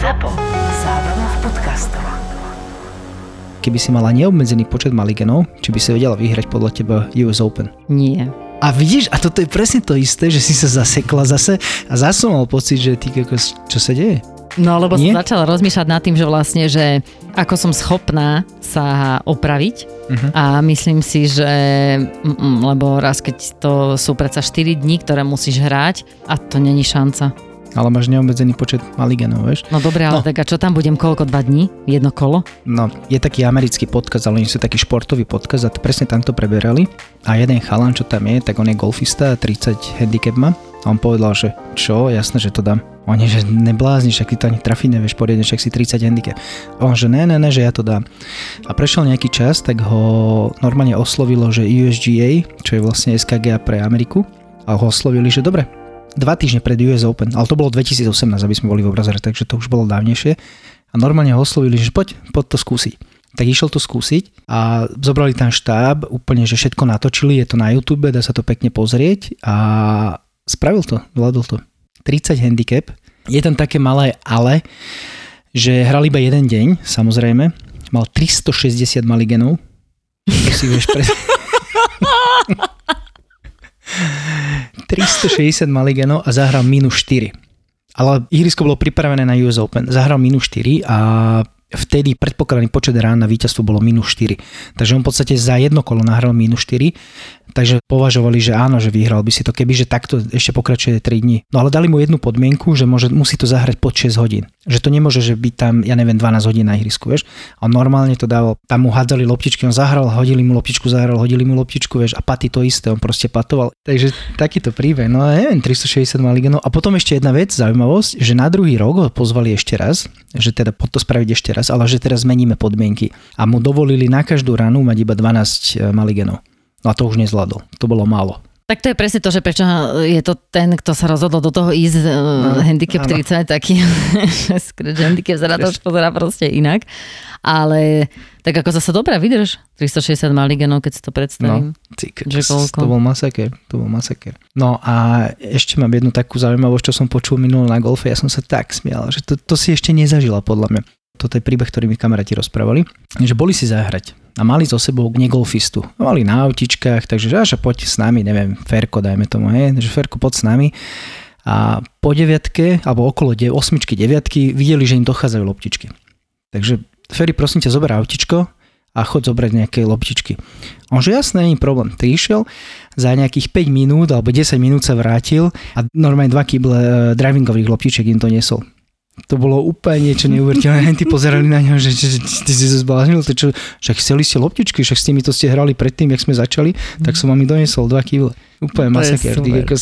Zábrná v podcastov. Keby si mala neobmedzený počet maligenov, či by si vedela vyhrať podľa teba US Open? Nie. A vidíš, a toto je presne to isté, že si sa zasekla zase a zase mal pocit, že ty čo sa deje? No, lebo Nie? som začala rozmýšľať nad tým, že vlastne, že ako som schopná sa opraviť a myslím si, že lebo raz, keď to sú predsa 4 dní, ktoré musíš hrať a to není šanca. Ale máš neobmedzený počet maligenov, vieš? No dobre, ale tak a čo tam budem, koľko, 2 dní? Jedno kolo? No, je taký americký podcast, ale oni sú taký športový podcast a presne tam to preberali. A jeden chalan, čo tam je, tak on je golfista, 30 handicap má. A on povedal, že čo, jasné, že to dám. Oni, že neblázniš, ak ty to ani trafi nevieš poriadne, však si 30 handicap. A on, že ne, že ja to dám. A prešiel nejaký čas, tak ho normálne oslovilo, že USGA, čo je vlastne SKGA pre Ameriku, a ho oslovili, že dobre, 2 týždne pred US Open, ale to bolo 2018, aby sme boli v obrazore, takže to už bolo dávnejšie. A normálne ho oslovili, že poď to skúsiť. Tak išiel to skúsiť a zobrali tam štáb, úplne, že všetko natočili, je to na YouTube, dá sa to pekne pozrieť a spravil to, zvládol to. 30 handicap, je tam také malé ale, že hral iba jeden deň, samozrejme, mal 360 maligenov, to si vieš 360 maligenov a zahral -4. Ale ihrisko bolo pripravené na US Open. Zahral -4 a vtedy predpokladaný počet rán na víťazstvo bolo -4. Takže on v podstate za jedno kolo nahral -4. Takže považovali, že áno, že vyhral by si to, kebyže takto ešte pokračuje 3 dní. No ale dali mu jednu podmienku, že musí to zahrať pod 6 hodín. Že to nemôže, že byť tam, ja neviem, 12 hodín na ihrisku, vieš. A on normálne to dával, tam mu hádzali loptičky, on zahral, hodili mu loptičku, zahral, hodili mu loptičku, vieš, a paty to isté, on proste patoval. Takže takýto príbeh, no neviem, 360 maligenov. A potom ešte jedna vec, zaujímavosť, že na druhý rok ho pozvali ešte raz, že teda pod to spraviť ešte raz, ale že teraz zmeníme podmienky. A mu dovolili na každú ranu mať iba 12 maligenov. No a to už nezvládol. To bolo málo. Tak to je presne to, že prečo je to ten, kto sa rozhodol do toho ísť handicap 30, taký scratch handicap sa na to pozerá proste inak. Ale tak ako zase dobrá vydrž, 360 maligenov, keď si to predstavím. To bol masaker. No a ešte mám jednu takú zaujímavosť, čo som počul minulé na golfe, ja som sa tak smial, že to si ešte nezažila podľa mňa. Toto je príbeh, ktorý mi kamaráti rozprávali, že boli si zahrať a mali so sebou negolfistu. Mali na autičkách, takže že poď s nami, neviem, Ferko, dajme tomu, že Ferko, poď s nami. A po 9, alebo okolo 8, 9 videli, že im dochádzajú loptičky. Takže Ferry, prosím ťa, zober autičko a choď zobrať nejaké loptičky. On že jasné, nie je problém. Ty išiel, za nejakých 5 minút alebo 10 minút sa vrátil a normálne 2 kyble drivingových loptičiek im to nesol. To bolo úplne niečo neuveriteľné. Tí pozerali na ňo, že ty si sa zbláznil, však chceli ste loptičky, však s tými to ste hrali predtým, jak sme začali, tak som vám ich doniesol 2 kg. Úplne masaker.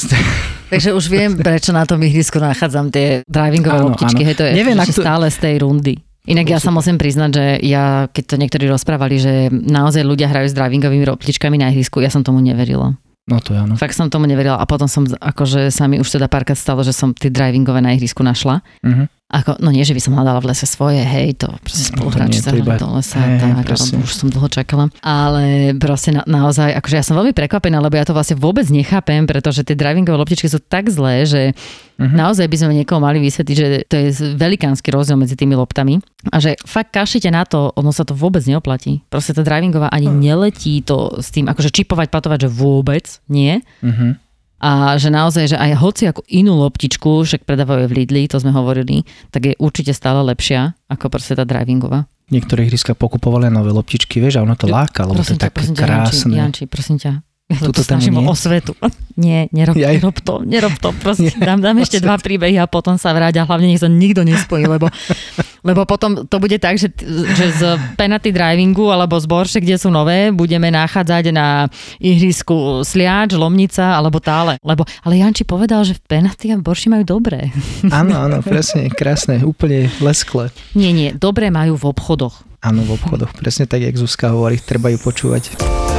Takže už viem, prečo na tom ihrisku nachádzam tie drivingové loptičky. Hej, to je neviem, stále z tej rundy. Inak ja sa musím priznať, že ja, keď to niektorí rozprávali, že naozaj ľudia hrajú s drivingovými loptičkami na ihrisku, ja som tomu neverila. No to áno. Fakt som tomu neverila a potom som, akože sa mi už teda párkrát stalo, že som tie drivingové na ihrisku našla. No nie, že by som hľadala v lese svoje, hej, to proste spoluhráči sa hľadali do lesa, tak, už som dlho čakala. Ale proste naozaj, akože ja som veľmi prekvapená, lebo ja to vlastne vôbec nechápem, pretože tie drivingové loptičky sú tak zlé, že naozaj by sme niekoho mali vysvetliť, že to je velikánsky rozdiel medzi tými loptami a že fakt kašlite na to, ono sa to vôbec neoplatí. Proste tá drivingová ani neletí to s tým, akože čipovať, patovať, že vôbec nie. A že naozaj, že aj hoci ako inú loptičku, však predávajú v Lidli, to sme hovorili, tak je určite stále lepšia ako proste tá drivingová. Niektoré ihriska pokupovali nové loptičky, vieš, a ono to láka, lebo to je tak krásne. Janči, prosím ťa. Ja sa to snažím o osvetu. Nie, nerob to. Proste dám ešte 2 príbehy a potom sa vráť a hlavne nech sa nikto nespojí, lebo potom to bude tak, že z penalty drivingu alebo z Borše, kde sú nové, budeme nachádzať na ihrisku Sliač, Lomnica alebo Tále. Ale Janči povedal, že v penalty a v Borši majú dobré. Áno, presne, krásne, úplne leskle. Nie, dobré majú v obchodoch. Áno, v obchodoch, presne tak, jak Zuzka hovorí, treba ju počúvať.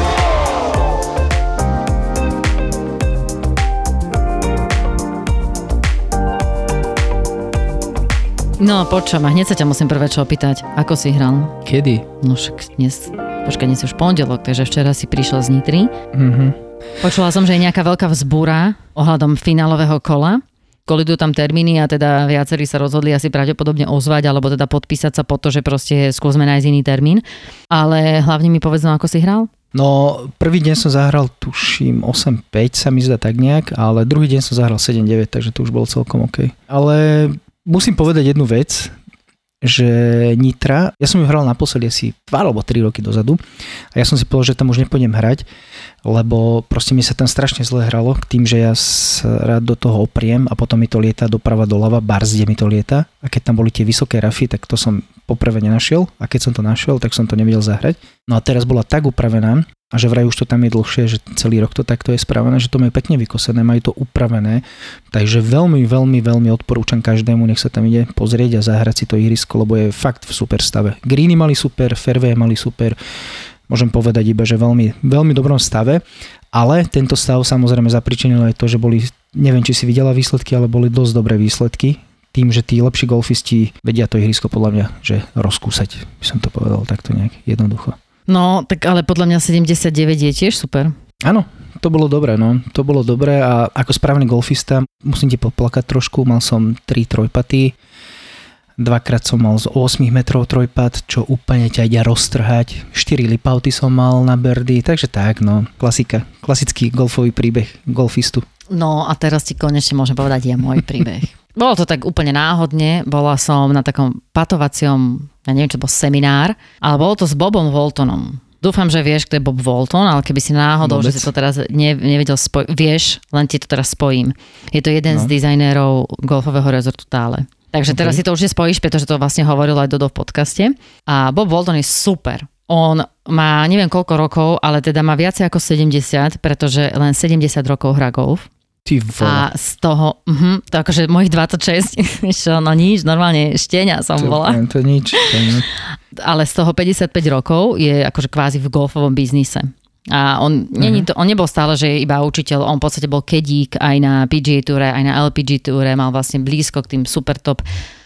No, počujem, a hneď sa ťa musím prvé čo opýtať. Ako si hral? Kedy? No však dnes je už pondelok, takže včera si prišiel z Nitry. Počula som, že je nejaká veľká vzbúra ohľadom finálového kola. kolidujú tam termíny a teda viacerí sa rozhodli asi pravdepodobne ozvať alebo teda podpísať sa po to, že proste skúsme nájsť iný termín. Ale hlavne mi povedz, ako si hral? No, prvý deň som zahral, tuším, 8-5 sa mi zdá tak nejak, ale druhý deň som zahral 7-9, takže to už bolo celkom OK. Ale musím povedať jednu vec, že Nitra, ja som ju hral naposledy asi 2 alebo 3 roky dozadu a ja som si povedal, že tam už nepôjdem hrať, lebo proste mi sa tam strašne zle hralo k tým, že ja rád do toho opriem a potom mi to lieta doprava doľava, barzde mi to lieta a keď tam boli tie vysoké rafy, tak to som poprvé nenašiel a keď som to našiel, tak som to nevedel zahrať. No a teraz bola tak upravená a že vraj už to tam je dlhšie, že celý rok to takto je spravené, že to majú pekne vykosené, majú to upravené, takže veľmi, veľmi, veľmi odporúčam každému, nech sa tam ide pozrieť a zahrať si to ihrisko, lebo je fakt v super stave. Greeny mali super, fairway mali super, môžem povedať iba, že veľmi, veľmi dobrom stave, ale tento stav samozrejme zapričinilo aj to, že boli, neviem, či si videla výsledky, ale boli dosť dobré výsledky, tým, že tí lepší golfisti vedia to ihrisko podľa mňa, že rozkúsať, by som to povedal takto nejak jednoducho. No, tak ale podľa mňa 79 je tiež super. Áno, to bolo dobré, no. To bolo dobré a ako správny golfista musím ti poplakať trošku, mal som 3 trojpaty, 2-krát som mal z 8 metrov trojpat, čo úplne ťa ide roztrhať, 4 lipauty som mal na birdie, takže tak, no, klasika, klasický golfový príbeh golfistu. No a teraz ti konečne môžem povedať ja môj príbeh. Bolo to tak úplne náhodne, bola som na takom patovacom, ja neviem, čo bol seminár, ale bolo to s Bobom Waltonom. Dúfam, že vieš, kto je Bob Walton, ale keby si náhodou, že si to teraz nevedel spojiť, vieš, len ti to teraz spojím. Je to jeden z dizajnérov golfového rezortu Thale. Takže teraz si to už spojíš, pretože to vlastne hovoril aj Dodo v podcaste. A Bob Walton je super. On má neviem koľko rokov, ale teda má viacej ako 70, pretože len 70 rokov hrá golf. A z toho, to akože mojich 26, no nič, normálne štieňa som bola. To nič. Ale z toho 55 rokov je akože kvázi v golfovom biznise. A on nebol stále, že je iba učiteľ, on v podstate bol kedík aj na PGA Toure, aj na LPG Toure, mal vlastne blízko k tým super top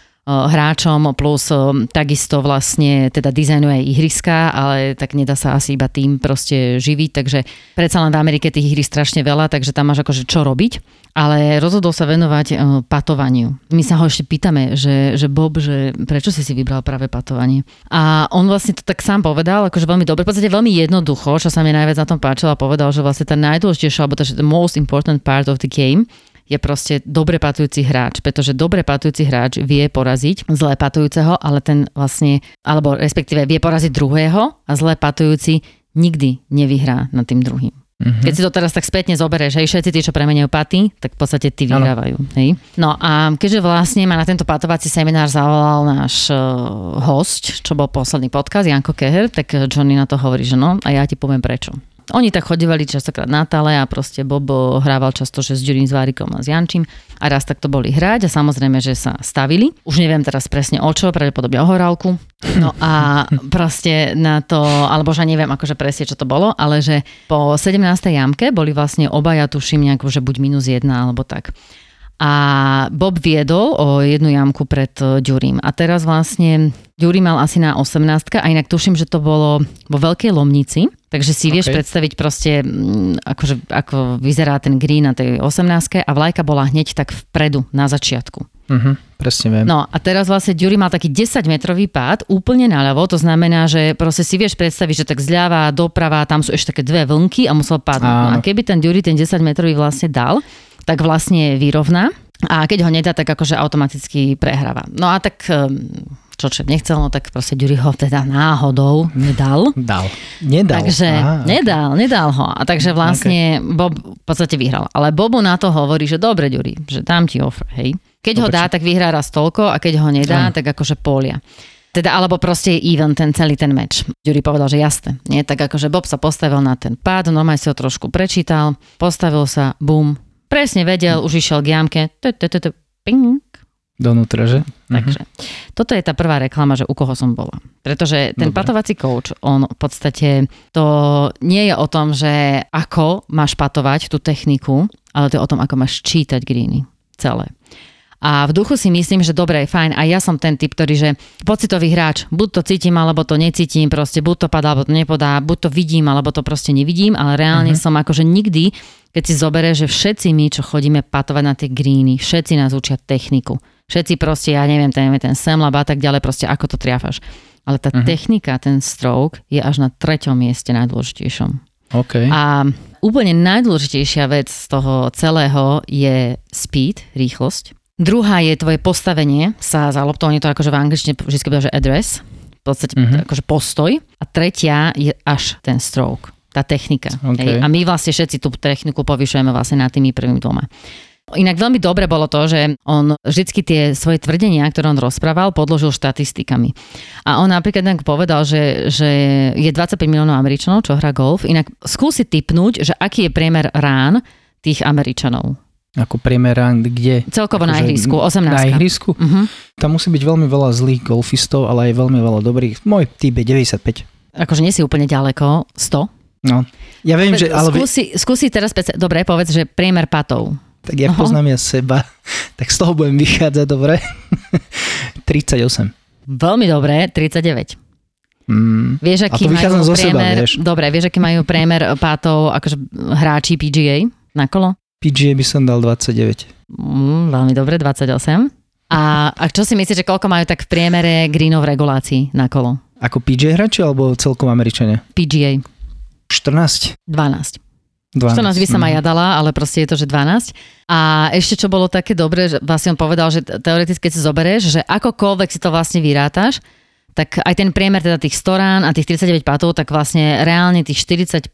hráčom, plus takisto vlastne teda dizajnuje ihriska, ale tak nedá sa asi iba tým proste živiť, takže predsa len v Amerike tých ihrisk strašne veľa, takže tam máš akože čo robiť, ale rozhodol sa venovať patovaniu. My sa ho ešte pýtame, že Bob, že prečo si vybral práve patovanie? A on vlastne to tak sám povedal, akože veľmi dobre, v podstate veľmi jednoducho, čo sa mi najviac na tom páčilo, a povedal, že vlastne tá najdôležitejšia, alebo the most important part of the game je proste dobre patujúci hráč, pretože dobre patujúci hráč vie poraziť zle patujúceho, ale ten vlastne, alebo respektíve vie poraziť druhého a zle patujúci nikdy nevyhrá nad tým druhým. Keď si to teraz tak spätne zoberieš, hej, všetci tí, čo premenajú paty, tak v podstate tí vyhrávajú. Hej. No a keďže vlastne ma na tento patovací seminár zavolal náš host, čo bol posledný podcast, Janko Keher, tak Johnny na to hovorí, že no a ja ti poviem prečo. Oni tak chodívali častokrát na Thale a proste Bob hrával často, že s Ďurím, s Várikom a s Jančím a raz takto boli hrať a samozrejme, že sa stavili. Už neviem teraz presne o čo, pravdepodobne o horálku. No a proste na to, alebo že neviem akože presne, čo to bolo, ale že po 17. jamke boli vlastne obaja, tuším nejako, že buď -1 alebo tak. A Bob viedol o 1 jamku pred Ďurím. A teraz vlastne Ďuri mal asi na 18 a inak tuším, že to bolo vo Veľkej Lomnici. Takže si vieš predstaviť proste, akože, ako vyzerá ten green na tej 18 a vlajka bola hneď tak vpredu, na začiatku. Presne viem. No a teraz vlastne Ďuri mal taký 10-metrový pád úplne naľavo, to znamená, že proste si vieš predstaviť, že tak zľava, doprava, tam sú ešte také 2 vlnky a musel padnúť. No a keby ten Ďuri ten 10-metrový vlastne dal, tak vlastne vyrovná a keď ho nedá, tak akože automaticky prehráva. No a tak čo nechcel, no tak proste Ďuri ho teda náhodou nedal. Nedal. Takže nedal ho. A takže vlastne Bob v podstate vyhral. Ale Bobu na to hovorí, že dobre Ďuri, že dám ti offer, hej. Keď ho dá, tak vyhrá raz toľko a keď ho nedá, tak akože pólia. Teda, alebo proste je even celý ten meč. Ďuri povedal, že jasné. Nie? Tak akože Bob sa postavil na ten pád, normálne si ho trošku prečítal, postavil sa, bum, presne vedel, už išiel k jamke, ping. Donútra, že? Takže toto je tá prvá reklama, že u koho som bola. Pretože ten patovací coach, on v podstate to nie je o tom, že ako máš patovať tú techniku, ale to je o tom, ako máš čítať greeny celé. A v duchu si myslím, že dobre, fajn, a ja som ten typ, ktorý, že pocitový hráč, buď to cítim, alebo to necítim, proste buď to padá, alebo to nepodá, buď to vidím, alebo to proste nevidím, ale reálne som akože nikdy, keď si zoberieš, že všetci my, čo chodíme patovať na tie greeny, všetci nás učia techniku. Všetci proste, ja neviem, ten semlab a tak ďalej, proste ako to triafaš. Ale tá technika, ten stroke je až na 3. mieste najdôležitejšom. Okay. A úplne najdôležitejšia vec z toho celého je speed, rýchlosť. Druhá je tvoje postavenie sa za loptou, oni to akože v angličtine vždy povedal, že address, v podstate akože postoj. A tretia je až ten stroke, tá technika. Okay. A my vlastne všetci tú techniku povyšujeme vlastne nad tými prvými 2. Inak veľmi dobre bolo to, že on vždycky tie svoje tvrdenia, ktoré on rozprával, podložil štatistikami. A on napríklad povedal, že je 25 miliónov Američanov, čo hrá golf. Inak skúsi tipnúť, že aký je priemer rán tých Američanov. Ako priemer rán kde? Celkovo na ihrisku, 18. Na ihrisku? Tam musí byť veľmi veľa zlých golfistov, ale aj veľmi veľa dobrých. Môj typ je 95. Akože nie si úplne ďaleko, 100. No, ja viem, že... Ale... Skúsi teraz, dobre, povedz, že priemer patov. Tak ja poznám ja seba, tak z toho budem vychádzať, dobre? 38. Veľmi dobre, 39. Vieš, aký majú priemer... Vieš. Dobre, vieš, aký majú priemer pátov akože hráči PGA na kolo? PGA by som dal 29. Veľmi dobre, 28. A čo si myslíš, že koľko majú tak v priemere greenov regulácií na kolo? Ako PGA hráči alebo celkom Američania? PGA. 14? 12. 14 by som aj ja dala, ale proste je to, že 12. A ešte čo bolo také dobré, že vlastne on povedal, že teoreticky si zoberieš, že akokoľvek si to vlastne vyrátaš, tak aj ten priemer teda tých 100 rán a tých 39 patov, tak vlastne reálne tých 40%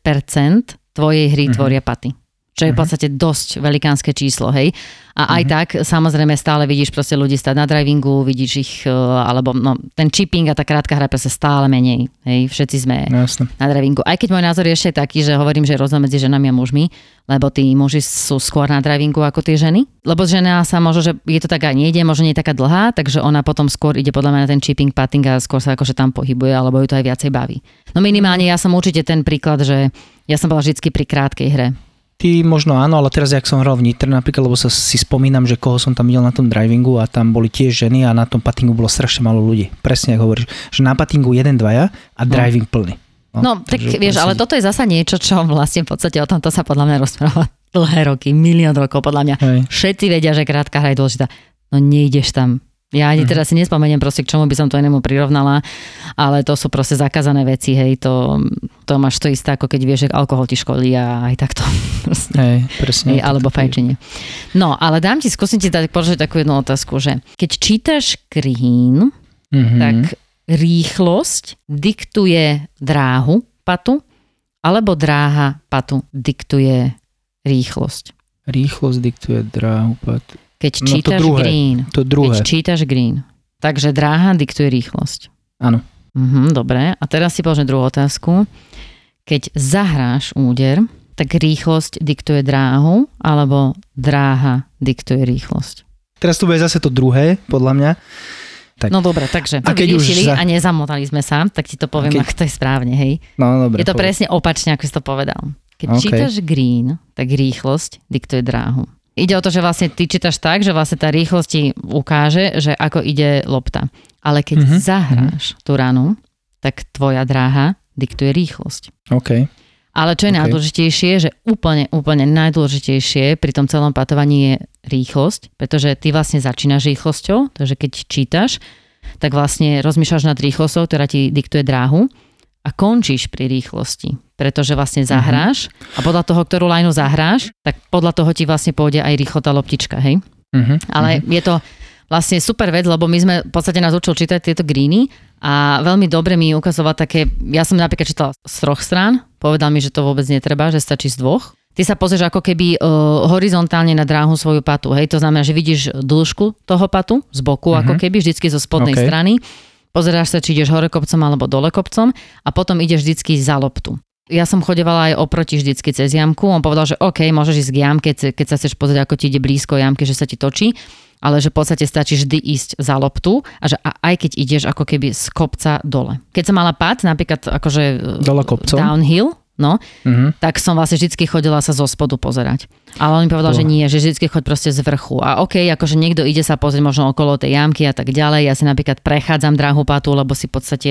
tvojej hry tvoria paty. Čo je v podstate dosť velikánske číslo, hej. A aj tak, samozrejme, stále vidíš proste ľudí stať na drivingu, vidíš ich, alebo no, ten chipping a tá krátka hra proste stále menej, hej. Všetci sme na drivingu. Aj keď môj názor je ešte taký, že hovorím, že je rozdiel medzi ženami a mužmi, lebo tí muži sú skôr na drivingu ako tie ženy. Lebo žena sa možno, že je to taká nejde, možno nie je taká dlhá, takže ona potom skôr ide podľa mňa na ten chipping, putting a skôr sa akože tam pohybuje, alebo ju to aj viacej baví. No minimálne ja som určite ten príklad, že ja som bola vždycky pri krátkej hre. Ty možno áno, ale teraz, jak som hral v Nitre napríklad, lebo si spomínam, že koho som tam videl na tom drivingu a tam boli tiež ženy a na tom puttingu bolo strašne málo ľudí. Presne ako hovoríš, že na puttingu 1-2 a driving plný. No tak vieš, ale toto je zasa niečo, čo vlastne v podstate o tomto sa podľa mňa rozpráva dlhé roky, milión rokov podľa mňa. Hej. Všetci vedia, že krátka hra je dôležitá. No nejdeš tam. Ja ani teraz si nespomeniem proste, k čomu by som to inému prirovnala, ale to sú proste zakázané veci, hej, to máš to isté, ako keď vieš, že alkohol ti škodí a aj takto. Hej, presne. Hej, alebo fajčenie. No, ale skúsim ti dať položiť takú jednu otázku, že keď čítaš green, tak rýchlosť diktuje dráhu patu, alebo dráha patu diktuje rýchlosť? Rýchlosť diktuje dráhu patu. Keď čítaš green. To druhé. Keď čítaš green. Takže dráha diktuje rýchlosť. Áno. Dobre. A teraz si položím druhú otázku. Keď zahráš úder, tak rýchlosť diktuje dráhu, alebo dráha diktuje rýchlosť. Teraz tu bude zase to druhé, podľa mňa. Tak. No dobre, takže to vyriešili a nezamotali sme sa, tak ti to poviem, ako to je správne, hej. No dobre. Je to presne opačne, ako si to povedal. Keď čítaš green, tak rýchlosť diktuje dráhu. Ide o to, že vlastne ty čítaš tak, že vlastne tá rýchlosť ti ukáže, že ako ide lopta. Ale keď zahráš tú ranu, tak tvoja dráha diktuje rýchlosť. OK. Ale čo je najdôležitejšie, že úplne najdôležitejšie pri tom celom patovaní je rýchlosť, pretože ty vlastne začínaš rýchlosťou, takže keď čítaš, tak vlastne rozmýšľaš nad rýchlosťou, ktorá ti diktuje dráhu a končíš pri rýchlosti, pretože vlastne zahráš a podľa toho, ktorú lajnu zahráš, tak podľa toho ti vlastne pôjde aj rýchlo tá loptička, hej? Ale je to vlastne super vec, lebo my sme v podstate nás učili čítať tieto greeny a veľmi dobre mi ukazoval také, ja som napríklad čítala z 3 strán, povedal mi, že to vôbec netreba, že stačí z 2. Ty sa pozrieš ako keby horizontálne na dráhu svoju patu, hej? To znamená, že vidíš dĺžku toho patu z boku, ako keby vždycky zo spodnej strany. Pozeráš sa, či ideš hore kopcom alebo dole kopcom a potom ideš vždycky za loptu. Ja som chodevala aj oproti vždycky cez jamku. On povedal, že OK, môžeš ísť k jamke, keď sa chceš pozrieť, ako ti ide blízko jamky, že sa ti točí, ale že v podstate stačí vždy ísť za loptu a že aj keď ideš ako keby z kopca dole. Keď som mala pad, napríklad akože dole kopcom, downhill, tak som vlastne vždycky chodila sa zo spodu pozerať. Ale on mi povedal, že nie, že vždycky choď proste z vrchu. A akože niekto ide sa pozrieť možno okolo tej jamky a tak ďalej. Ja si napríklad prechádzam dráhu patu, lebo si v podstate,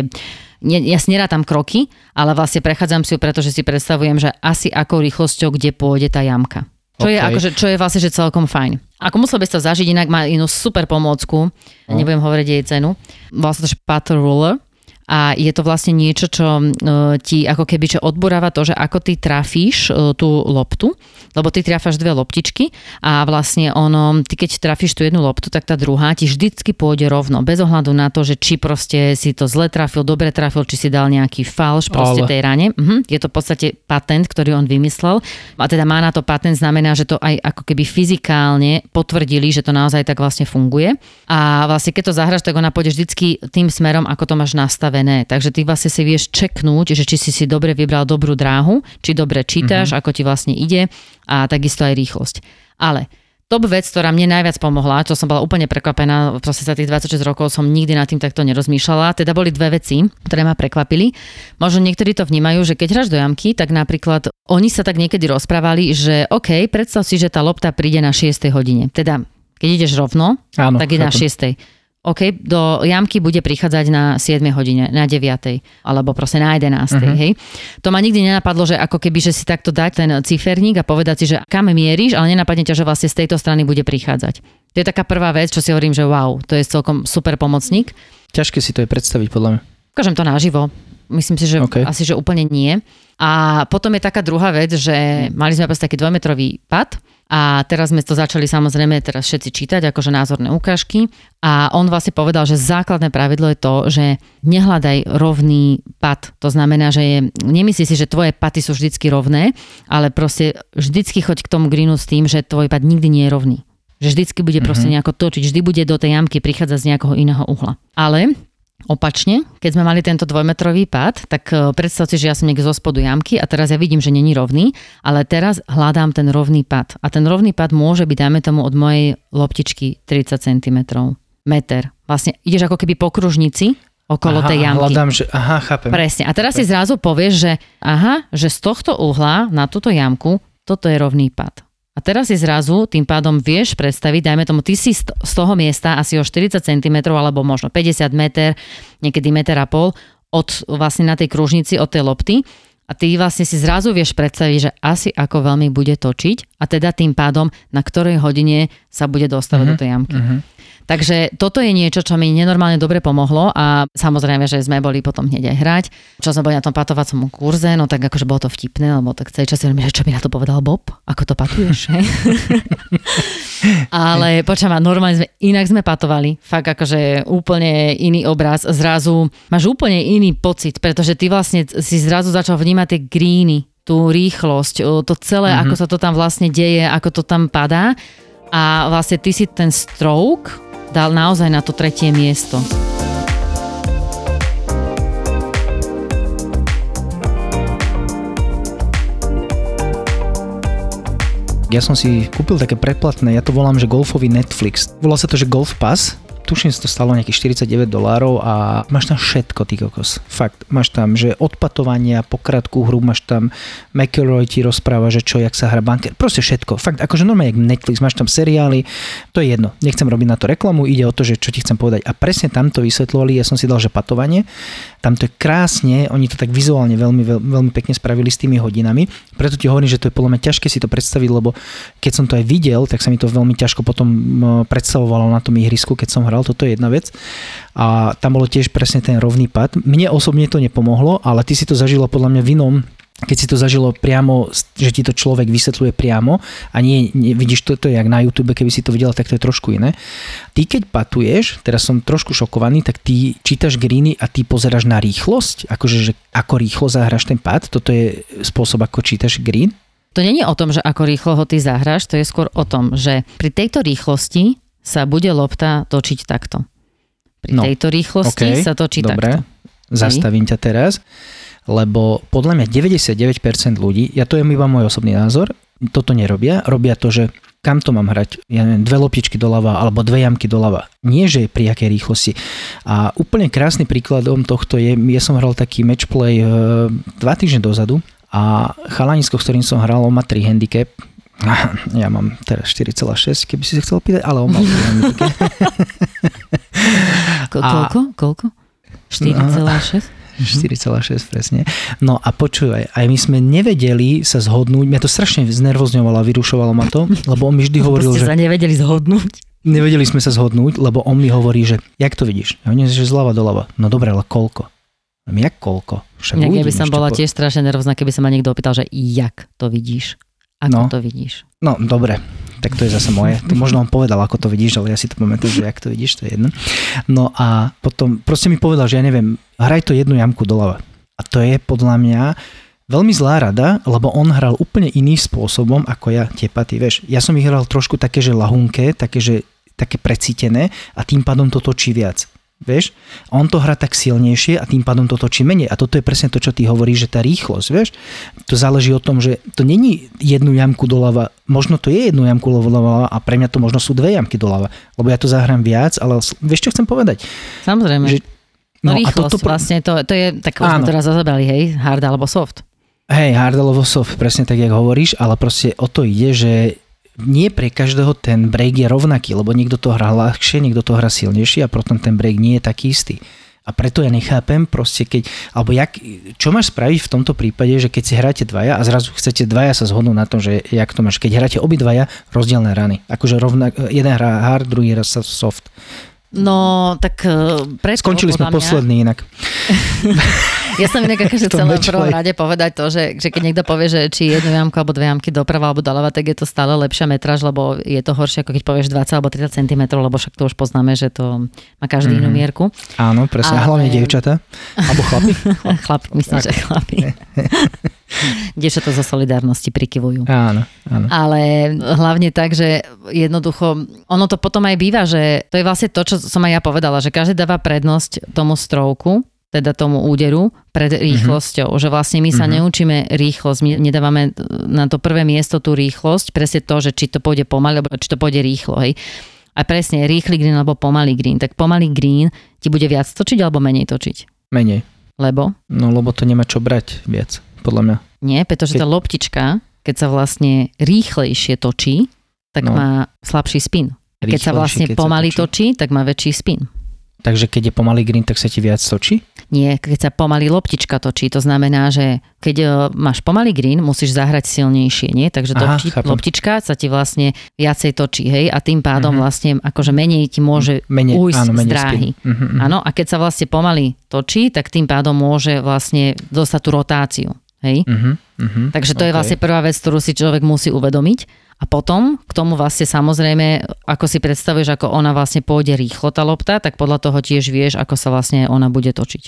ja si nerátam kroky, ale vlastne prechádzam si ju, pretože si predstavujem, že asi akou rýchlosťou, kde pôjde tá jamka. Čo je vlastne že celkom fajn. Ako musel by si to zažiť, inak má inú super pomôcku, nebudem hovoriť jej cenu. Vlastne to je Putt Ruler. A je to vlastne niečo, čo ti ako keby odboráva to, že ako ty trafíš tú loptu, lebo ty trafáš dve loptičky a vlastne ty keď trafíš tú jednu loptu, tak tá druhá ti vždycky pôjde rovno, bez ohľadu na to, že či proste si to zle trafil, dobre trafil, či si dal nejaký falš proste tej rane. Je to v podstate patent, ktorý on vymyslel a teda má na to patent, znamená, že to aj ako keby fyzikálne potvrdili, že to naozaj tak vlastne funguje. A vlastne keď to zahráš, tak ona pôjde vždycky tým smerom, ako to máš nastavené. Takže ty vlastne si vieš čeknúť, že či si dobre vybral dobrú dráhu, či dobre čítaš, ako ti vlastne ide a takisto aj rýchlosť. Ale top vec, ktorá mne najviac pomohla, čo som bola úplne prekvapená, proste za tých 26 rokov som nikdy nad tým takto nerozmýšľala, teda boli dve veci, ktoré ma prekvapili. Možno niektorí to vnímajú, že keď hráš do jamky, tak napríklad oni sa tak niekedy rozprávali, že OK, predstav si, že tá lopta príde na 6. hodine. Teda keď ideš rovno, tak je na 6. OK, do jamky bude prichádzať na 7 hodine, na 9, alebo proste na 11, hej. To ma nikdy nenapadlo, že ako keby, že si takto dať ten ciferník a povedať si, že kam mieríš, ale nenapadne ťa, že vlastne z tejto strany bude prichádzať. To je taká prvá vec, čo si hovorím, že wow, to je celkom super pomocník. Ťažké si to je predstaviť, podľa mňa. Ukážem to naživo. Myslím si, že asi, že úplne nie. A potom je taká druhá vec, že mali sme proste taký 2-metrový pad, a teraz sme to začali samozrejme teraz všetci čítať, akože názorné ukážky. A on vlastne povedal, že základné pravidlo je to, že nehľadaj rovný pad. To znamená, že nemyslí si, že tvoje paty sú vždycky rovné, ale proste vždycky choď k tomu greenu s tým, že tvoj pad nikdy nie je rovný. Že vždycky bude proste nejako točiť, vždy bude do tej jamky prichádzať z nejakého iného uhla. Ale opačne, keď sme mali tento 2-metrový pad, tak predstav si, že ja som niekde zo spodu jamky a teraz ja vidím, že není rovný, ale teraz hľadám ten rovný pad. A ten rovný pad môže byť, dajme tomu, od mojej loptičky 30 cm. Meter. Vlastne ideš ako keby po kružnici okolo tej jamky. Hľadám, že chápem. Presne. A teraz si zrazu povieš, že že z tohto uhla na túto jamku, toto je rovný pad. A teraz si zrazu tým pádom vieš predstaviť, dajme tomu, ty si z toho miesta asi o 40 cm alebo možno 50 meter, niekedy 1,5 metra od vlastne na tej kružnici od tej lopty a ty vlastne si zrazu vieš predstaviť, že asi ako veľmi bude točiť a teda tým pádom na ktorej hodine sa bude dostávať do tej jamky. Takže toto je niečo, čo mi nenormálne dobre pomohlo a samozrejme, že sme boli potom hneď aj hrať. Čo sme boli na tom patovacom kurze, no tak akože bolo to vtipné, lebo tak celý čas si hovorím, že čo mi na to povedal Bob? Ako to patuješ, hej? Ale počujem, normálne inak sme patovali. Fakt akože úplne iný obraz. Zrazu máš úplne iný pocit, pretože ty vlastne si zrazu začal vnímať tie greeny, tú rýchlosť, to celé, ako sa to tam vlastne deje, ako to tam padá. A vlastne ty si ten stroke dal naozaj na to 3. miesto. Ja som si kúpil také predplatné, ja to volám, že golfový Netflix. Volá sa to, že Golf Pass. Tuším, to stalo nejakých $49 a máš tam všetko, ty kokos. Fakt, máš tam, že od patovania po krátku hru, máš tam McIlroy ti rozpráva, že čo, jak sa hrá banker, proste všetko. Fakt, akože normálne jak Netflix, máš tam seriály, to je jedno. Nechcem robiť na to reklamu, ide o to, že čo ti chcem povedať. A presne tam to vysvetľovali, ja som si dal, že patovanie, tam to je krásne, oni to tak vizuálne veľmi pekne spravili s tými hodinami. Preto ti hovorím, že to je podľa mňa ťažké si to predstaviť, lebo keď som to aj videl, tak sa mi to veľmi ťažko potom predstavovalo na tom ihrisku, keď som hral. Toto je jedna vec. A tam bolo tiež presne ten rovný pad. Mne osobne to nepomohlo, ale ty si to zažila podľa mňa v inom, keď si to zažilo priamo, že ti to človek vysvetľuje priamo a nie vidíš to je jak na YouTube, keby si to videla, tak to je trošku iné. Ty keď patuješ, teraz som trošku šokovaný, tak ty čítaš greeny a ty pozeráš na rýchlosť, akože že ako rýchlo zahráš ten pad, toto je spôsob, ako čítaš green? To nie je o tom, že ako rýchlo ho ty zahráš, to je skôr o tom, že pri tejto rýchlosti sa bude lopta točiť takto. Pri tejto rýchlosti sa točí dobre, takto. Zastavím ťa teraz, lebo podľa mňa 99% ľudí, to je iba môj osobný názor, toto nerobia. Robia to, že kam to mám hrať? Ja neviem, 2 loptičky doľava alebo 2 jamky doľava. Nie, že je pri akej rýchlosti. A úplne krásny príkladom tohto je, ja som hral taký matchplay 2 týždne dozadu A chalanisko, s ktorým som hral, on má 3 handicap. Ja mám teraz 4,6, keby si sa chcel pýtať, ale on mal 3 handicap. Koľko? 4,6? 4,6 presne. No a počúvaj, aj my sme nevedeli sa zhodnúť, mňa to strašne znervozňovalo a vyrušovalo ma to, lebo on mi vždy hovoril, že... sa nevedeli zhodnúť? Nevedeli sme sa zhodnúť, lebo on mi hovorí, že jak to vidíš? Ja hovorím, že zľava doľava. No dobre, ale koľko? Jak koľko? Však keby som bola tiež strašne nervózna, keby sa ma niekto opýtal, že jak to vidíš? Ako to vidíš? No, dobre. Tak to je zase moje. To možno on povedal, ako to vidíš, ale ja si to pamätám, že jak to vidíš, to je jedno. No a potom proste mi povedal, že ja neviem, hraj to 1 jamku doľava. A to je podľa mňa veľmi zlá rada, lebo on hral úplne iným spôsobom, ako ja tepatý. Vieš, ja som ich hral trošku také, že lahunké, také precítené a tým pádom to točí viac. Vieš? A on to hrá tak silnejšie a tým pádom to točí menej. A toto je presne to, čo ty hovoríš, že tá rýchlosť, vieš? To záleží od tom, že to není 1 jamku doľava, možno to je 1 jamku doľava a pre mňa to možno sú 2 jamky doľava, lebo ja to zahrám viac, ale vieš, čo chcem povedať? Samozrejme. Že, rýchlosť vlastne, to je, tak už sme teraz zazabrali, hej, hard alebo soft. Hej, hard alebo soft, presne tak, jak hovoríš, ale proste o to ide, že nie pre každého ten break je rovnaký, lebo niekto to hrá ľahšie, niekto to hrá silnejšie a potom ten break nie je taký istý. A preto ja nechápem proste čo máš spraviť v tomto prípade, že keď si hráte dvaja a zrazu chcete dvaja sa zhodnúť na tom, že jak to máš, keď hráte obidvaja rozdielne rany. Akože jeden hrá hard, druhý hrá soft. No, tak preto... Skončili sme posledný inak. Ja som inak akože chcela v prvom rade povedať to, že keď niekto povie, že či 1 jamku alebo 2 jamky doprava alebo doľava, tak je to stále lepšia metráž, lebo je to horšie, ako keď povieš 20 alebo 30 cm, lebo však to už poznáme, že to má každý inú mierku. Áno, presne. A hlavne dievčatá. Alebo chlapi. Chlapi, myslím, že chlapi. Dievčatá zo solidárnosti prikyvujú. Áno. Ale hlavne tak, že jednoducho, ono to potom aj býva, že to je vlastne to, čo som aj ja povedala, že každý dáva prednosť tomu stroku, teda tomu úderu pred rýchlosťou, že vlastne my sa neučíme rýchlosť, my nedávame na to prvé miesto tú rýchlosť, presne to, že či to pôjde pomaly, alebo či to pôjde rýchlo, hej. A presne rýchly green alebo pomalý green, tak pomalý green ti bude viac točiť alebo menej točiť? Menej. Lebo? No lebo to nemá čo brať viac, podľa mňa. Nie, pretože tá loptička, keď sa vlastne rýchlejšie točí, tak má slabší spin. Keď sa vlastne pomaly točí, tak má väčší spin. Takže keď je pomalý green, tak sa ti viac točí? Nie, keď sa pomaly loptička točí, to znamená, že keď máš pomalý green, musíš zahrať silnejšie, nie? Takže loptička sa ti vlastne viacej točí, hej? A tým pádom vlastne akože menej ti môže ujsť z dráhy. Áno, a keď sa vlastne pomaly točí, tak tým pádom môže vlastne dostať tú rotáciu, hej? Takže to je vlastne prvá vec, ktorú si človek musí uvedomiť. A potom k tomu vlastne samozrejme, ako si predstavuješ, ako ona vlastne pôjde rýchlo tá lopta, tak podľa toho tiež vieš, ako sa vlastne ona bude točiť.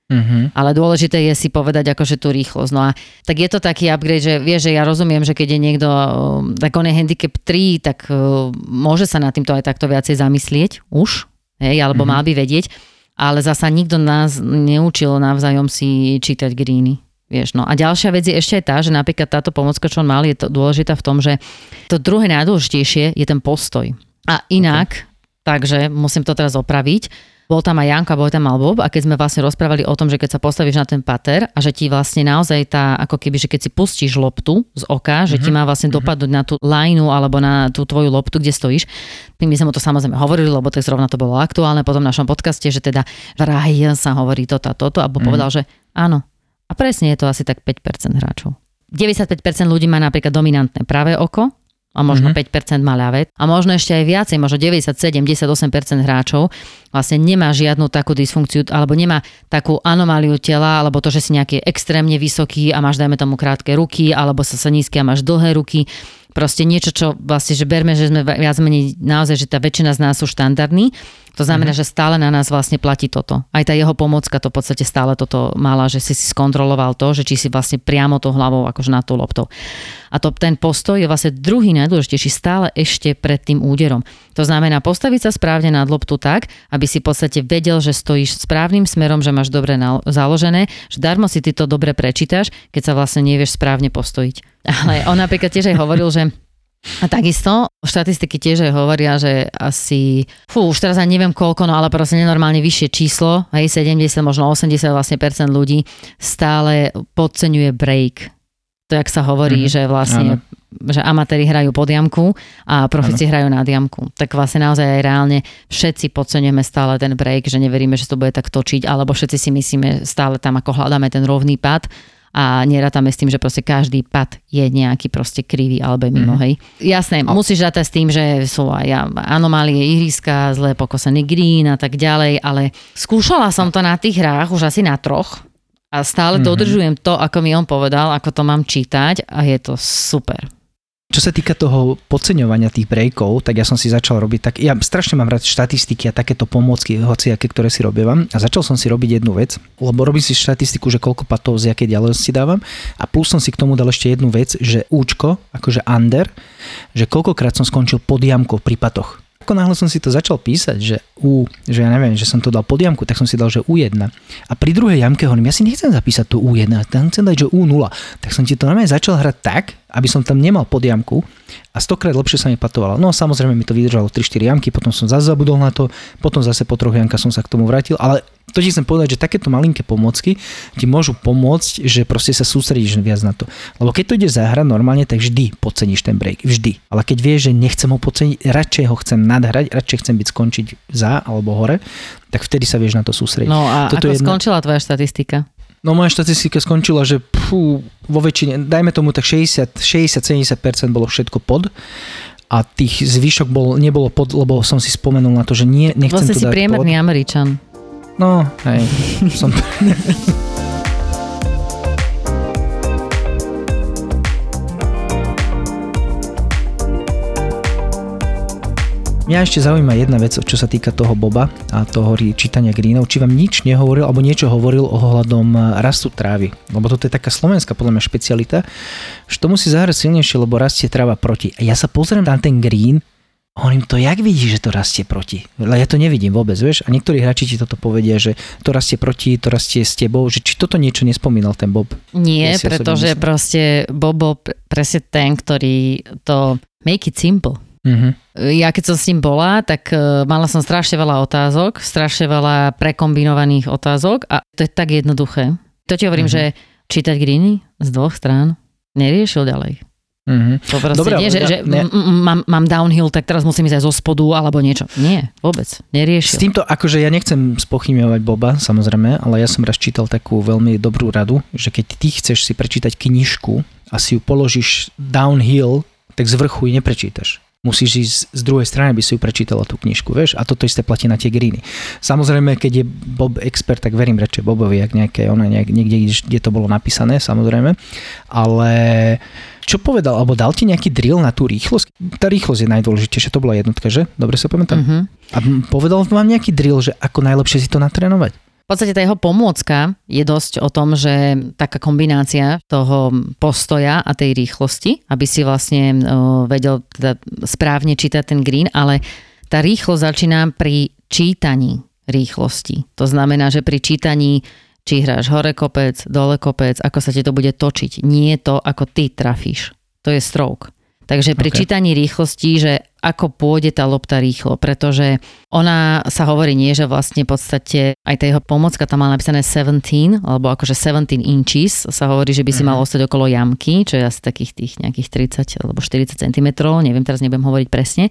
Ale dôležité je si povedať akože tú rýchlosť. No a tak je to taký upgrade, že vieš, že ja rozumiem, že keď je niekto, tak on je handicap 3, tak môže sa nad týmto aj takto viacej zamyslieť už, hej, alebo mal by vedieť, ale zasa nikto nás neučil navzájom si čítať greeny. Vieš, no a ďalšia vec je ešte aj tá, že napríklad táto pomocka, čo on mal, je to dôležitá v tom, že to druhé najdôležitejšie je ten postoj. A inak, takže musím to teraz opraviť, bol tam aj Janko a bol tam aj Bob a keď sme vlastne rozprávali o tom, že keď sa postavíš na ten pater a že ti vlastne naozaj tá, ako keby, že keď si pustíš loptu z oka, že ti má vlastne dopadnúť na tú lineu alebo na tú tvoju loptu, kde stojíš. My sme to samozrejme hovorili, lebo tak zrovna to bolo aktuálne potom v našom podcaste, že teda vraj sa hovorí toto a toto a Bob povedal, že áno. A presne je to asi tak 5% hráčov. 95% ľudí má napríklad dominantné pravé oko a možno 5% má ľavé. A možno ešte aj viacej, možno 97-98% hráčov vlastne nemá žiadnu takú dysfunkciu alebo nemá takú anomáliu tela alebo to, že si nejaký extrémne vysoký a máš dajme tomu krátke ruky alebo sa nízky a máš dlhé ruky. Proste niečo, čo vlastne, že berme, že sme viac menej naozaj, že tá väčšina z nás sú štandardní. To znamená, že stále na nás vlastne platí toto. Aj tá jeho pomôcka to v podstate stále toto mala, že si skontroloval to, že či si vlastne priamo tou hlavou akože na tú loptou. A ten postoj je vlastne druhý najdôležitejší stále ešte pred tým úderom. To znamená postaviť sa správne nad loptu tak, aby si v podstate vedel, že stojíš správnym smerom, že máš dobre založené, že darmo si ty to dobre prečítaš, keď sa vlastne nevieš správne postojiť. Ale on napríklad tiež aj hovoril, že a takisto štatistiky tiež aj hovoria, že asi, už teraz ani neviem koľko, no ale proste nenormálne vyššie číslo, hej, 70, možno 80% vlastne percent ľudí stále podceňuje break. To, jak sa hovorí, že vlastne, že amatéri hrajú pod jamku a profici hrajú nad jamku. Tak vlastne naozaj aj reálne všetci podceňujeme stále ten break, že neveríme, že to bude tak točiť, alebo všetci si myslíme stále tam, ako hľadáme ten rovný pad a nerátame s tým, že proste každý pad je nejaký proste krivý alebo mimo, hej. Jasné, musíš rátať s tým, že sú aj anomálie ihriska, zlé pokosený green a tak ďalej, ale skúšala som to na tých hrách už asi na 3. A stále dodržujem to, ako mi on povedal, ako to mám čítať a je to super. Čo sa týka toho podceňovania tých breakov, tak ja som si začal robiť tak, ja strašne mám rád štatistiky a takéto pomôcky, hociaké, ktoré si robievam a začal som si robiť jednu vec, lebo robím si štatistiku, že koľko patov z jakej ďalkosti dávam a plus som si k tomu dal ešte jednu vec, že účko, akože under, že koľkokrát som skončil pod jamkou pri patoch. Ako náhle som si to začal písať, že ja neviem, že som to dal pod jamku, tak som si dal, že U1. A pri druhej jamke hovorím, ja si nechcem zapísať to U1, tam chcem dať, že U0. Tak som ti to normálne začal hrať tak, aby som tam nemal pod jamku a 100-krát lepšie sa mi patovalo. No samozrejme mi to vydržalo 3-4 jamky, potom som zase zabudol na to, potom zase po 3 jamkách som sa k tomu vrátil, ale to ti chcem povedať, že takéto malinké pomôcky ti môžu pomôcť, že proste sa sústredíš viac na to. Lebo keď to ideš zahrať normálne, tak vždy podceníš ten break, vždy. Ale keď vieš, že nechcem ho podceniť, radšej ho chcem nadhrať, radšej chcem byť skončiť za alebo hore, tak vtedy sa vieš na to sústrediť. No a toto ako skončila tvoja štatistika? No moja štatistika skončila, že vo väčšine, dajme tomu tak 60-70% bolo všetko pod a tých zvyšok nebolo pod, lebo som si spomenul na to, že nechcem to dať pod. Vlastne si priemerný Američan. No, hej, som... Mňa ešte zaujíma jedna vec, čo sa týka toho boba a toho čítania greenov. Či vám nič nehovoril, alebo niečo hovoril ohľadom rastu trávy. Lebo toto je taká slovenská, podľa mňa, špecialita, že to musí zahrať silnejšie, lebo rastie tráva proti. A ja sa pozriem na ten green, hovorím to, jak vidíš, že to rastie proti? Ale ja to nevidím vôbec, vieš? A niektorí hráči ti toto povedia, že to rastie proti, to rastie s tebou, že či toto niečo nespomínal ten Bob? Nie, pretože proste Bob bol presne ten, ktorý to make it simple. Ja keď som s ním bola, tak mala som strašne veľa otázok, strašne veľa prekombinovaných otázok a to je tak jednoduché. To ti hovorím, že čítať greeny z 2 strán neriešil ďalej. To proste dobre, nie, že mám downhill, tak teraz musím ísť aj zo spodu alebo niečo. Nie, vôbec, neriešil. S týmto, akože ja nechcem spochybňovať Boba, samozrejme, ale ja som raz čítal takú veľmi dobrú radu, že keď ty chceš si prečítať knižku a si ju položíš downhill, tak z vrchu ju neprečítaš. Musíš ísť z druhej strany, aby si ju prečítala tú knižku, vieš? A toto isté platí na tie greeny. Samozrejme, keď je Bob expert, tak verím radšej Bobovi, jak niekde, kde to bolo napísané, samozrejme. Ale čo povedal, alebo dal ti nejaký drill na tú rýchlosť? Tá rýchlosť je najdôležitejšia, to bola jednotka, že? Dobre sa pamätám? A povedal vám nejaký drill, že ako najlepšie si to natrénovať? V podstate tá jeho pomôcka je dosť o tom, že taká kombinácia toho postoja a tej rýchlosti, aby si vlastne vedel teda správne čítať ten green, ale tá rýchlosť začína pri čítaní rýchlosti. To znamená, že pri čítaní, či hráš hore kopec, dole kopec, ako sa ti to bude točiť. Nie je to, ako ty trafíš. To je stroke. Takže pri čítaní rýchlosti, že ako pôjde tá lopta rýchlo, pretože ona sa hovorí nie, že vlastne v podstate aj tá jeho pomocka tam má napísané 17, alebo akože 17 inches, sa hovorí, že by si mal ostať okolo jamky, čo je asi takých tých nejakých 30 alebo 40 cm, neviem, teraz nebudem hovoriť presne.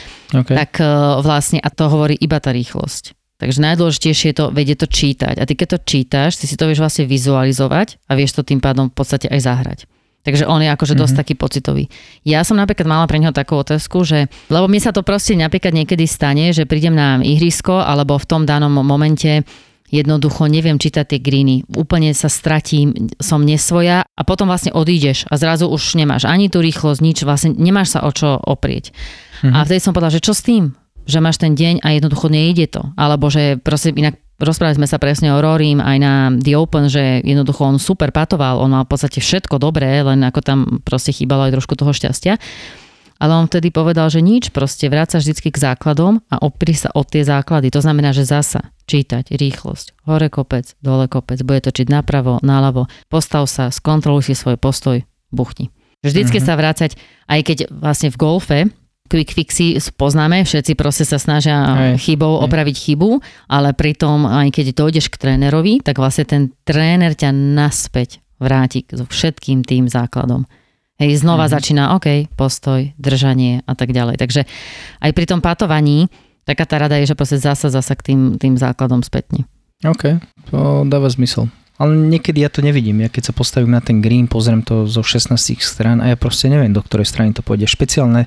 Tak vlastne, a to hovorí iba tá rýchlosť. Takže najdôležitejšie je to vedieť to čítať. A ty keď to čítaš, ty si to vieš vlastne vizualizovať a vieš to tým pádom v podstate aj zahrať. Takže on je akože dosť taký pocitový. Ja som napríklad mala pre neho takú otázku, že lebo mne sa to proste napríklad niekedy stane, že prídem na ihrisko alebo v tom danom momente jednoducho neviem čítať tie greeny. Úplne sa stratím, som nesvoja a potom vlastne odídeš a zrazu už nemáš ani tú rýchlosť, nič, vlastne nemáš sa o čo oprieť. A vtedy som povedala, že čo s tým? Že máš ten deň a jednoducho nejde to. Alebo že proste inak rozprávali sme sa presne o Rorym aj na The Open, že jednoducho on super patoval, on mal v podstate všetko dobré, len ako tam proste chýbalo aj trošku toho šťastia. Ale on vtedy povedal, že nič, proste vrácaš vždycky k základom a opri sa od tie základy. To znamená, že zasa čítať, rýchlosť, hore kopec, dole kopec, bude točiť napravo, naľavo, postav sa, skontroluj si svoj postoj, buchni. Vždycky sa vrácať, aj keď vlastne v golfe quick fixy poznáme, všetci proste sa snažia chybou opraviť chybu, ale pritom aj keď dojdeš k trénerovi, tak vlastne ten tréner ťa naspäť vráti so všetkým tým základom. Hej, znova začína, postoj, držanie a tak ďalej. Takže aj pri tom patovaní taká tá rada je, že proste zasa k tým základom spätne. OK, to dáva zmysel. Ale niekedy ja to nevidím. Ja keď sa postavím na ten green, pozriem to zo 16 strán a ja proste neviem, do ktorej strany to pôjde. Špeciálne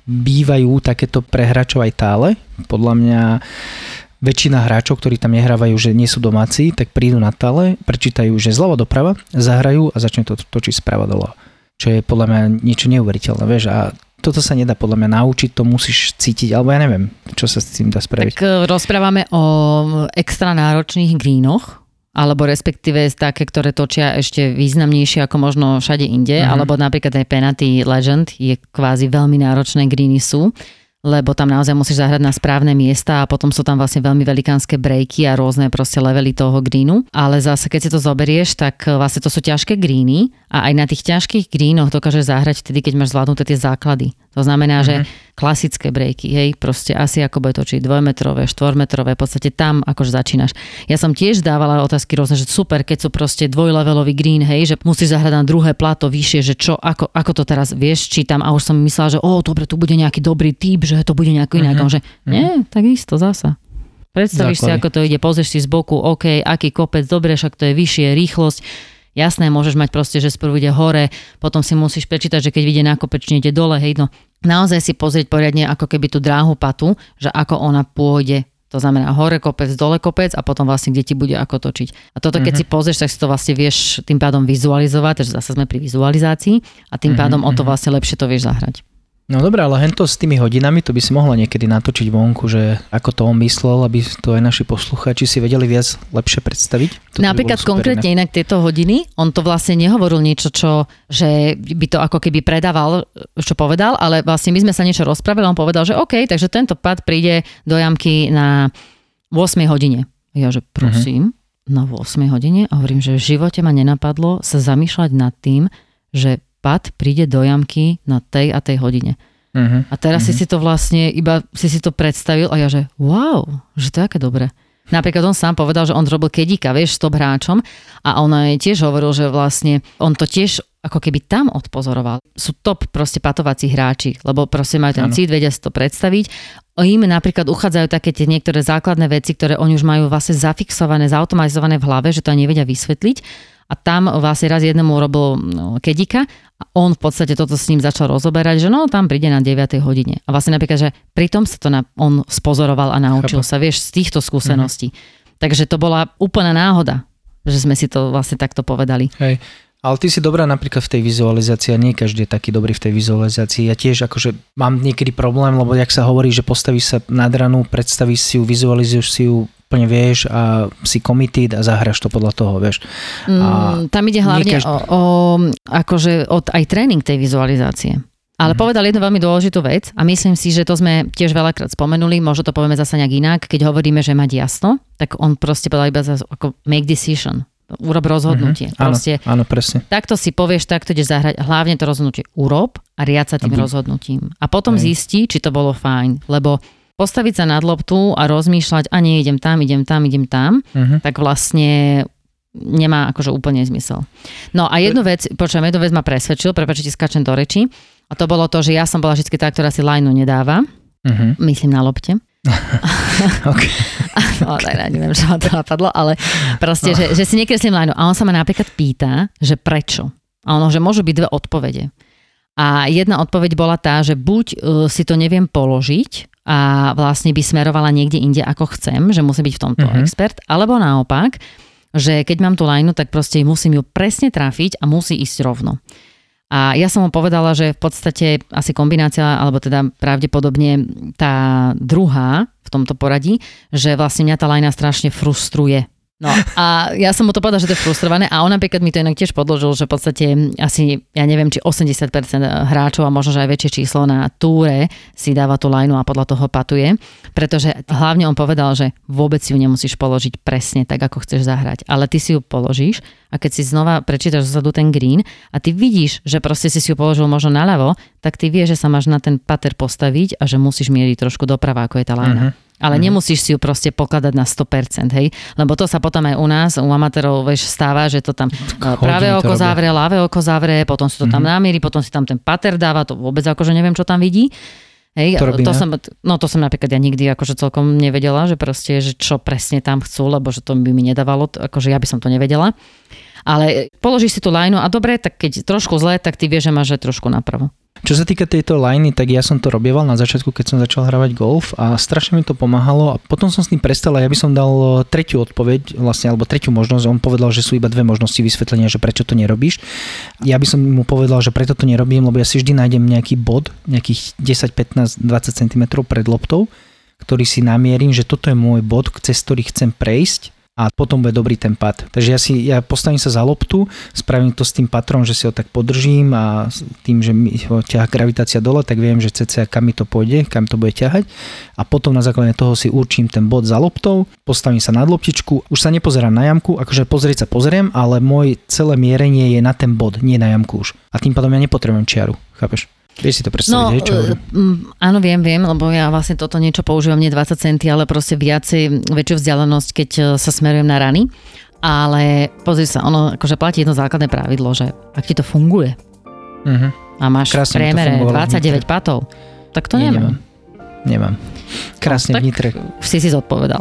bývajú takéto pre hráčov aj tále. Podľa mňa väčšina hráčov, ktorí tam nehrávajú, že nie sú domáci, tak prídu na tále, prečítajú, že zľava doprava, zahrajú a začnú to točiť sprava doľava. Čo je podľa mňa niečo neuveriteľné, vieš, a toto sa nedá podľa mňa naučiť, to musíš cítiť, alebo ja neviem, čo sa s tým dá spraviť. Tak rozprávame o extra náročných greenoch, alebo respektíve také, ktoré točia ešte významnejšie ako možno všade inde, alebo napríklad aj Penalty Legend je kvázi veľmi náročné greeny sú, lebo tam naozaj musíš zahrať na správne miesta a potom sú tam vlastne veľmi velikánske breaky a rôzne proste levely toho greenu. Ale zase, keď si to zoberieš, tak vlastne to sú ťažké greeny a aj na tých ťažkých greenoch dokážeš zahrať vtedy, keď máš zvládnuté tie základy. To znamená, že klasické breaky, hej, proste asi ako bude točiť 2-metrové, 4-metrové, v podstate tam akože začínaš. Ja som tiež dávala otázky rôzne, že super, keď sú proste dvojlevelový green, hej, že musíš zahrať na druhé plato vyššie, že čo, ako to teraz vieš, čítam a už som myslela, že dobre, tu bude nejaký dobrý typ, že to bude nejako inak, že nie, takisto zasa. Predstavíš si, ako to ide, pozrieš si z boku, aký kopec, dobre, však to je vyššie, rýchlosť. Jasné, môžeš mať proste, že sprv ide hore, potom si musíš prečítať, že keď ide na kopečne, ide dole, hej, no naozaj si pozrieť poriadne ako keby tú dráhu patu, že ako ona pôjde. To znamená hore kopec, dole kopec a potom vlastne kde ti bude ako točiť. A toto keď si pozrieš, tak si to vlastne vieš tým pádom vizualizovať, takže zase sme pri vizualizácii a tým pádom o to vlastne lepšie to vieš zahrať. No dobré, ale hento s tými hodinami, to by si mohla niekedy natočiť vonku, že ako to on myslel, aby to aj naši poslucháči si vedeli viac lepšie predstaviť. Toto napríklad konkrétne inak tieto hodiny, on to vlastne nehovoril niečo, že by to ako keby predával, čo povedal, ale vlastne my sme sa niečo rozprávali, on povedal, že OK, takže tento pad príde do jamky na 8 hodine. Ja, že prosím, na 8 hodine a hovorím, že v živote ma nenapadlo sa zamýšľať nad tým, že pad príde do jamky na tej a tej hodine. A teraz si to vlastne, iba si to predstavil a ja, že wow, že to je aké dobré. Napríklad on sám povedal, že on robil kedíka, vieš, s top hráčom a on tiež hovoril, že vlastne on to tiež ako keby tam odpozoroval. Sú top proste patovací hráči, lebo proste majú ten cít, vedia si to predstaviť. Im napríklad uchádzajú také tie niektoré základné veci, ktoré oni už majú vlastne zafixované, zautomatizované v hlave, že to ani nevedia vysvetliť. A tam vlastne raz jednému robil kedika a on v podstate toto s ním začal rozoberať, že tam príde na 9. hodine. A vlastne napríklad, že pritom sa to on spozoroval a naučil sa, vieš, z týchto skúseností. Takže to bola úplná náhoda, že sme si to vlastne takto povedali. Hej. Ale ty si dobrá napríklad v tej vizualizácii a nie každý je taký dobrý v tej vizualizácii. Ja tiež akože mám niekedy problém, lebo jak sa hovorí, že postavíš sa nad ranu, predstavíš si ju, vizualizuješ si ju, úplne vieš a si committed a zahraš to podľa toho, vieš. Tam ide hlavne akože aj tréning tej vizualizácie. Ale povedal jednu veľmi dôležitú vec a myslím si, že to sme tiež veľakrát spomenuli, možno to povieme zasa nejak inak, keď hovoríme, že mať jasno, tak on proste povedal iba ako make decision. Urob rozhodnutie. Áno, presne. Takto si povieš, takto ideš zahrať. Hlavne to rozhodnutie urob a riad sa tým rozhodnutím. A potom zistí, či to bolo fajn. Lebo postaviť sa nad loptu a rozmýšľať, a nie, idem tam, tak vlastne nemá akože úplne zmysel. No a jednu vec ma presvedčil, prepáčte, skáčem do reči. A to bolo to, že ja som bola vždy tá, ktorá si lajnu nedáva. Myslím na lopte. Okay. No, neviem, čo ma to napadlo, ale proste, že si nekreslím lajnu. A on sa ma napríklad pýta, že prečo. A ono, že môžu byť dve odpovede. A jedna odpoveď bola tá, že buď si to neviem položiť a vlastne by smerovala niekde inde ako chcem, že musí byť v tomto expert, alebo naopak, že keď mám tú lajnu, tak proste musím ju presne trafiť a musí ísť rovno. A ja som mu povedala, že v podstate asi kombinácia, alebo teda pravdepodobne tá druhá v tomto poradí, že vlastne mňa tá lajna strašne frustruje. No a ja som mu to povedala, že to je frustrované a on napríklad mi to inak tiež podložil, že v podstate asi, ja neviem, či 80% hráčov a možno, že aj väčšie číslo na túre si dáva tú lajnu a podľa toho patuje, pretože hlavne on povedal, že vôbec si ju nemusíš položiť presne tak, ako chceš zahrať, ale ty si ju položíš a keď si znova prečítaš zozadu ten green a ty vidíš, že proste si ju položil možno naľavo, tak ty vieš, že sa máš na ten pater postaviť a že musíš mieriť trošku doprava, ako je tá lajna. Ale nemusíš si ju proste pokladať na 100%, hej? Lebo to sa potom aj u nás, u amatérov, vieš, stáva, že to tam práve oko zavrie, ľavé oko zavrie, potom si to tam namierí, potom si tam ten pater dáva, to vôbec akože neviem, čo tam vidí. Hej, to som napríklad ja nikdy akože celkom nevedela, že proste, že čo presne tam chcú, lebo že to by mi nedávalo, akože ja by som to nevedela. Ale položíš si tú lajnu a dobre, tak keď trošku zle, tak ty vieš, že máš trošku napravo. Čo sa týka tejto lajny, tak ja som to robieval na začiatku, keď som začal hravať golf a strašne mi to pomáhalo a potom som s tým prestal a ja by som dal tretiu odpoveď, vlastne, alebo tretiu možnosť. On povedal, že sú iba dve možnosti vysvetlenia, že prečo to nerobíš. Ja by som mu povedal, že preto to nerobím, lebo ja si vždy nájdem nejaký bod, nejakých 10, 15, 20 cm pred loptou, ktorý si namierim, že toto je môj bod, cez ktorý chcem prejsť. A potom bude dobrý ten pad. Takže ja postavím sa za loptu, spravím to s tým patrom, že si ho tak podržím a tým, že mi ho ťahá gravitácia dole, tak viem, že cca kam mi to pôjde, kam to bude ťahať. A potom na základe toho si určím ten bod za loptou, postavím sa nad loptičku, už sa nepozerám na jamku, akože pozrieť sa pozriem, ale moje celé mierenie je na ten bod, nie na jamku už. A tým pádom ja nepotrebujem čiaru, chápeš? Vieš si to predstaviť, čo hovorím? Áno, viem, lebo ja vlastne toto niečo používam, nie 20 centy, ale proste väčšiu vzdialenosť, keď sa smerujem na rany. Ale pozri sa, ono akože platí jedno základné pravidlo, že ak ti to funguje a máš v priemere 29 patov, tak to Nemám. Krásne v Nitre. Už si zodpovedal.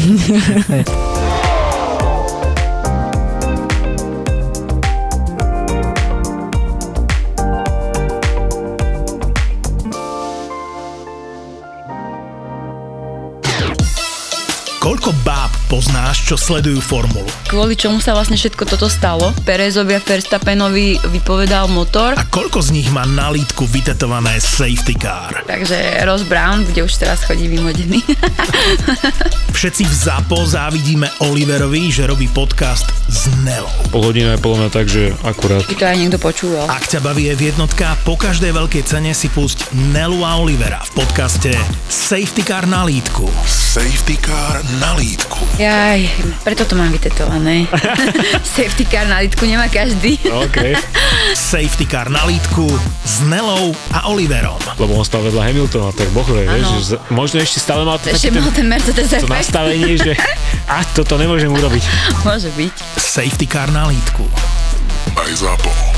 Koľko báb poznáš, čo sledujú formulu? Kvôli čomu sa vlastne všetko toto stalo? Perezovi a Verstappenovi vypovedal motor. A koľko z nich má na lítku vytetované safety car? Takže Ross Brown bude už teraz chodí vymodený. Všetci v ZAPO závidíme Oliverovi, že robí podcast s Nelou. Pol hodina je podľa mňa tak, že akurát. By to aj niekto počúval. Ak ťa baví jednotka, po každej veľkej cene si pusť Nelu a Olivera v podcaste Safety Car na lítku. Safety Car na lítku. Jaj, preto to mám vytetované. Safety car na lítku nemá každý. Okay. Safety Car na lítku s Nelou a Oliverom. Lebo on stal vedľa Hamiltona, tak bohvie, vieš, že možno ešte stále mal ten Mercedes to nastavenie, že toto nemôžem urobiť. Môže byť. Safety Car na lítku. Aj ZAPO.